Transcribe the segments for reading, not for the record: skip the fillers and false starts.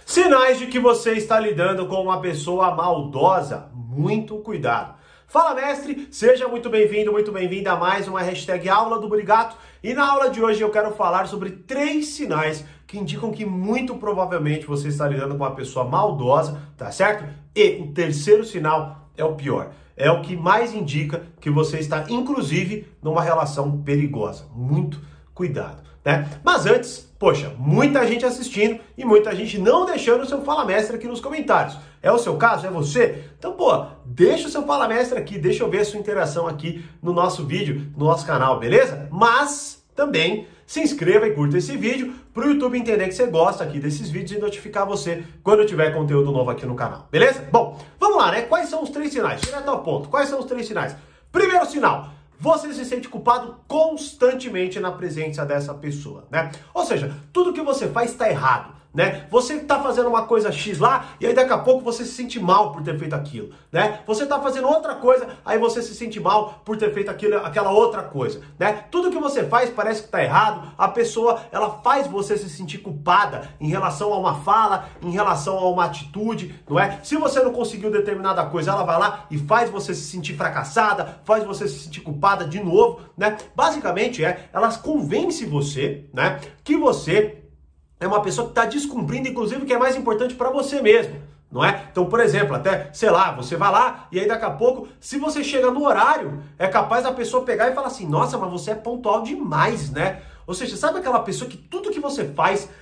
Sinais de que você está lidando com uma pessoa maldosa. Muito cuidado. Fala, mestre, seja muito bem-vindo, muito bem-vinda a mais uma hashtag Aula do Burigato. E na aula de hoje eu quero falar sobre 3 sinais que indicam que muito provavelmente você está lidando com uma pessoa maldosa, tá certo? E o terceiro sinal é o pior. É o que mais indica que você está, inclusive, numa relação perigosa. Muito cuidado, né? Mas antes, poxa, muita gente assistindo e muita gente não deixando o seu Fala Mestre aqui nos comentários. É o seu caso? É você? Então, pô, deixa o seu Fala Mestre aqui, deixa eu ver a sua interação aqui no nosso vídeo, no nosso canal, beleza? Mas também se inscreva e curta esse vídeo para o YouTube entender que você gosta aqui desses vídeos e notificar você quando eu tiver conteúdo novo aqui no canal, beleza? Bom, vamos lá, né? Quais são os 3 sinais? Direto ao ponto. Quais são os 3 sinais? Primeiro sinal: você se sente culpado constantemente na presença dessa pessoa, né? Ou seja, tudo que você faz está errado, né? Você tá fazendo uma coisa X lá e aí daqui a pouco você se sente mal por ter feito aquilo, né? Você tá fazendo outra coisa, aí você se sente mal por ter feito aquela outra coisa, né? Tudo que você faz parece que tá errado, a pessoa, ela faz você se sentir culpada em relação a uma fala, em relação a uma atitude, não é? Se você não conseguiu determinada coisa, ela vai lá e faz você se sentir fracassada, faz você se sentir culpada de novo, né? Basicamente elas convencem você, né, que você é uma pessoa que está descumprindo, inclusive, o que é mais importante para você mesmo, não é? Então, por exemplo, até, sei lá, você vai lá e aí daqui a pouco, se você chega no horário, é capaz da pessoa pegar e falar assim, nossa, mas você é pontual demais, né? Ou seja, sabe aquela pessoa que tudo que você faz,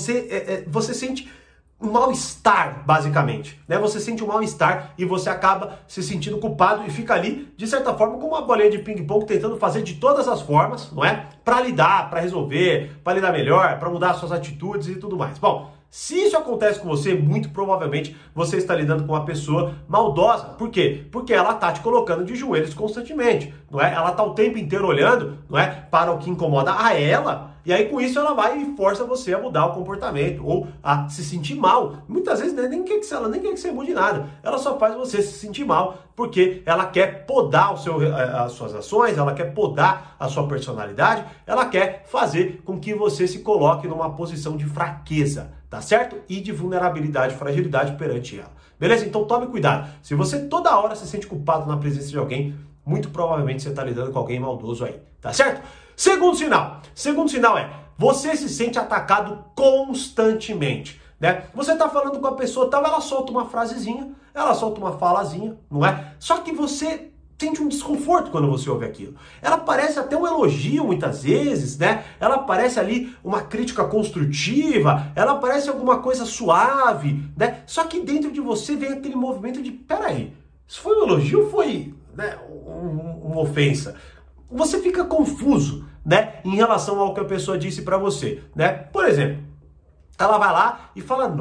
você sente um mal-estar, basicamente, né? Você sente um mal-estar e você acaba se sentindo culpado e fica ali, de certa forma, com uma bolinha de ping-pong, tentando fazer de todas as formas, não é? Para lidar, para resolver, para lidar melhor, para mudar suas atitudes e tudo mais. Bom, se isso acontece com você, muito provavelmente você está lidando com uma pessoa maldosa. Por quê? Porque ela está te colocando de joelhos constantemente, não é? Ela está o tempo inteiro olhando, não é, para o que incomoda a ela. E aí com isso ela vai e força você a mudar o comportamento ou a se sentir mal. Muitas vezes ela nem quer que você mude nada. Ela só faz você se sentir mal porque ela quer podar as suas ações, ela quer podar a sua personalidade, ela quer fazer com que você se coloque numa posição de fraqueza, tá certo? E de vulnerabilidade, fragilidade perante ela. Beleza? Então tome cuidado. Se você toda hora se sente culpado na presença de alguém, muito provavelmente você está lidando com alguém maldoso aí, tá certo? Segundo sinal é, você se sente atacado constantemente, né? Você tá falando com a pessoa, tal, ela solta uma frasezinha, ela solta uma falazinha, não é? Só que você sente um desconforto quando você ouve aquilo. Ela parece até um elogio muitas vezes, né? Ela parece ali uma crítica construtiva, ela parece alguma coisa suave, né? Só que dentro de você vem aquele movimento de, peraí, isso foi um elogio ou foi, né, uma ofensa? Você fica confuso, né, em relação ao que a pessoa disse pra você, né? Por exemplo, ela vai lá e fala,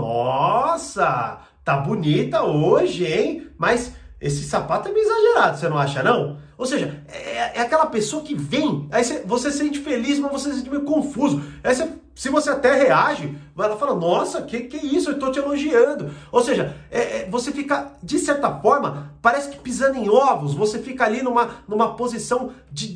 nossa, tá bonita hoje, hein? Mas esse sapato é meio exagerado, você não acha, não? Ou seja, é aquela pessoa que vem, aí você se sente feliz, mas você se sente meio confuso. Aí se você até reage, ela fala, nossa, que isso, eu tô te elogiando. Ou seja, você fica, de certa forma, parece que pisando em ovos, você fica ali numa posição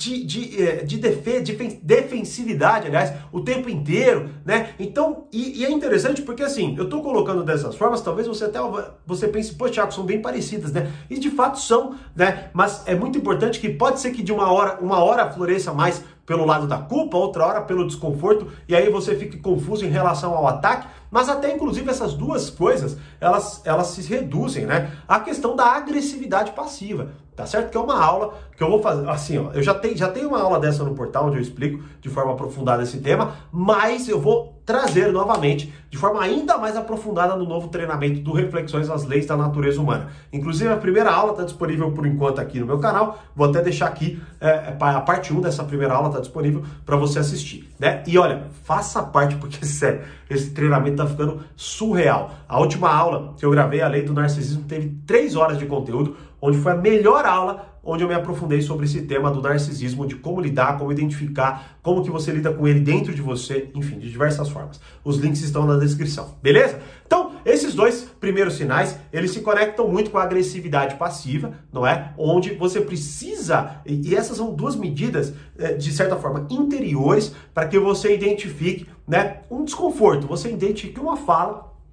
de defensividade, aliás, o tempo inteiro, né? Então, e é interessante porque assim, eu tô colocando dessas formas, talvez você pense, pô, Thiago, são bem parecidas, né? E de fato são, né? Mas é muito importante que pode ser que de uma hora floresça mais pelo lado da culpa, outra hora pelo desconforto, e aí você fica confuso em relação ao ataque, mas até inclusive essas duas coisas, elas se reduzem, né? A questão da agressividade passiva, tá certo? Que é uma aula que eu vou fazer, assim, ó, eu já tenho uma aula dessa no portal, onde eu explico de forma aprofundada esse tema, mas eu vou trazer novamente, de forma ainda mais aprofundada no novo treinamento do Reflexões às Leis da Natureza Humana. Inclusive, a primeira aula está disponível por enquanto aqui no meu canal, vou até deixar aqui, a parte 1 dessa primeira aula está disponível para você assistir, né? E olha, faça parte, porque, sério, esse treinamento tá ficando surreal. A última aula que eu gravei, a Lei do Narcisismo, teve 3 horas de conteúdo, onde foi a melhor aula, onde eu me aprofundei sobre esse tema do narcisismo, de como lidar, como identificar, como que você lida com ele dentro de você, enfim, de diversas formas. Os links estão na descrição, beleza? Então, esses 2 primeiros sinais, eles se conectam muito com a agressividade passiva, não é? Onde você precisa, e essas são 2 medidas, de certa forma, interiores, para que você identifique, né, um desconforto, você identifique uma fala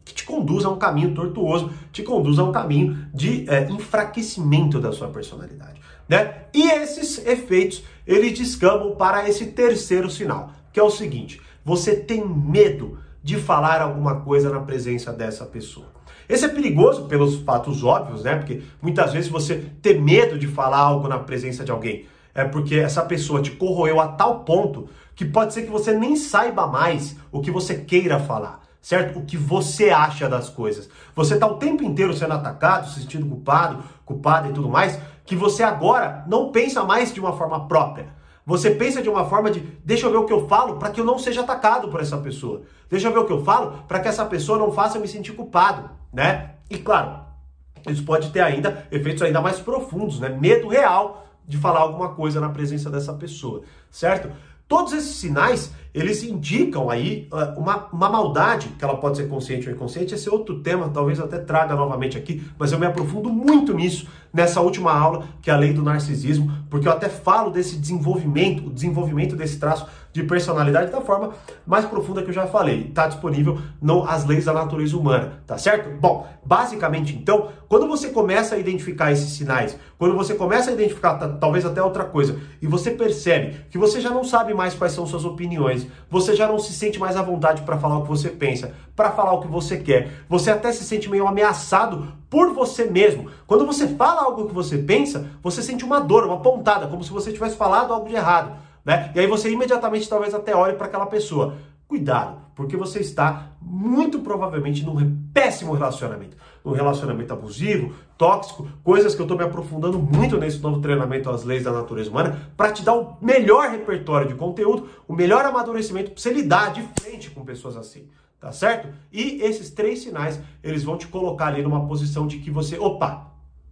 que te conduz a um caminho tortuoso, te conduz a um caminho de enfraquecimento da sua personalidade, né? E esses efeitos, eles descambam para esse terceiro sinal, que é o seguinte: você tem medo de falar alguma coisa na presença dessa pessoa. Esse é perigoso pelos fatos óbvios, né? Porque muitas vezes você ter medo de falar algo na presença de alguém é porque essa pessoa te corroeu a tal ponto que pode ser que você nem saiba mais o que você queira falar, certo? O que você acha das coisas. Você está o tempo inteiro sendo atacado, se sentindo culpada e tudo mais, que você agora não pensa mais de uma forma própria. Você pensa de uma forma de, deixa eu ver o que eu falo para que eu não seja atacado por essa pessoa. Deixa eu ver o que eu falo para que essa pessoa não faça eu me sentir culpado, né? E claro, isso pode ter ainda efeitos ainda mais profundos, né? Medo real de falar alguma coisa na presença dessa pessoa, certo? Todos esses sinais, eles indicam aí uma maldade, que ela pode ser consciente ou inconsciente. Esse é outro tema, talvez eu até traga novamente aqui, mas eu me aprofundo muito nisso, nessa última aula, que é a lei do narcisismo, porque eu até falo desse desenvolvimento, o desenvolvimento desse traço de personalidade da forma mais profunda que eu já falei. Está disponível nas leis da natureza humana, tá certo? Bom, basicamente então, quando você começa a identificar esses sinais, quando você começa a identificar talvez até outra coisa, e você percebe que você já não sabe mais quais são suas opiniões, você já não se sente mais à vontade para falar o que você pensa, para falar o que você quer, você até se sente meio ameaçado por você mesmo. Quando você fala algo que você pensa, você sente uma dor, uma pontada, como se você tivesse falado algo de errado, né? E aí você imediatamente talvez até olhe para aquela pessoa. Cuidado, porque você está muito provavelmente num péssimo relacionamento. Um relacionamento abusivo, tóxico, coisas que eu estou me aprofundando muito nesse novo treinamento às leis da natureza humana para te dar o melhor repertório de conteúdo, o melhor amadurecimento para você lidar de frente com pessoas assim, tá certo? E esses 3 sinais, eles vão te colocar ali numa posição de que você, opa,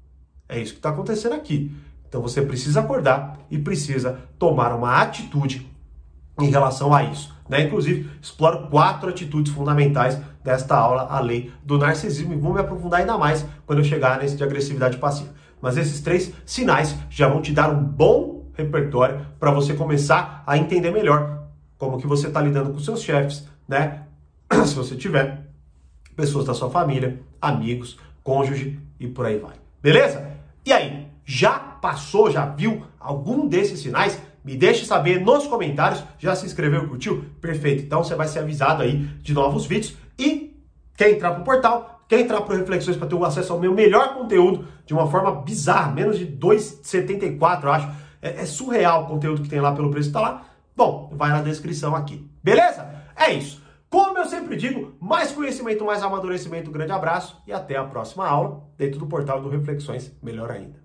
é isso que está acontecendo aqui. Então você precisa acordar e precisa tomar uma atitude em relação a isso, né? Inclusive, exploro 4 atitudes fundamentais desta aula, a lei do narcisismo, e vou me aprofundar ainda mais quando eu chegar nesse de agressividade passiva. Mas esses 3 sinais já vão te dar um bom repertório para você começar a entender melhor como que você está lidando com seus chefes, né? Se você tiver pessoas da sua família, amigos, cônjuge e por aí vai. Beleza? E aí, já passou, já viu algum desses sinais? Me deixe saber nos comentários. Já se inscreveu, curtiu? Perfeito. Então você vai ser avisado aí de novos vídeos. E quer entrar pro portal, quer entrar pro Reflexões para ter o acesso ao meu melhor conteúdo de uma forma bizarra, menos de R$ 2,74, eu acho. É surreal o conteúdo que tem lá pelo preço que tá lá. Bom, vai na descrição aqui. Beleza? É isso. Como eu sempre digo, mais conhecimento, mais amadurecimento. Um grande abraço e até a próxima aula dentro do portal do Reflexões, melhor ainda.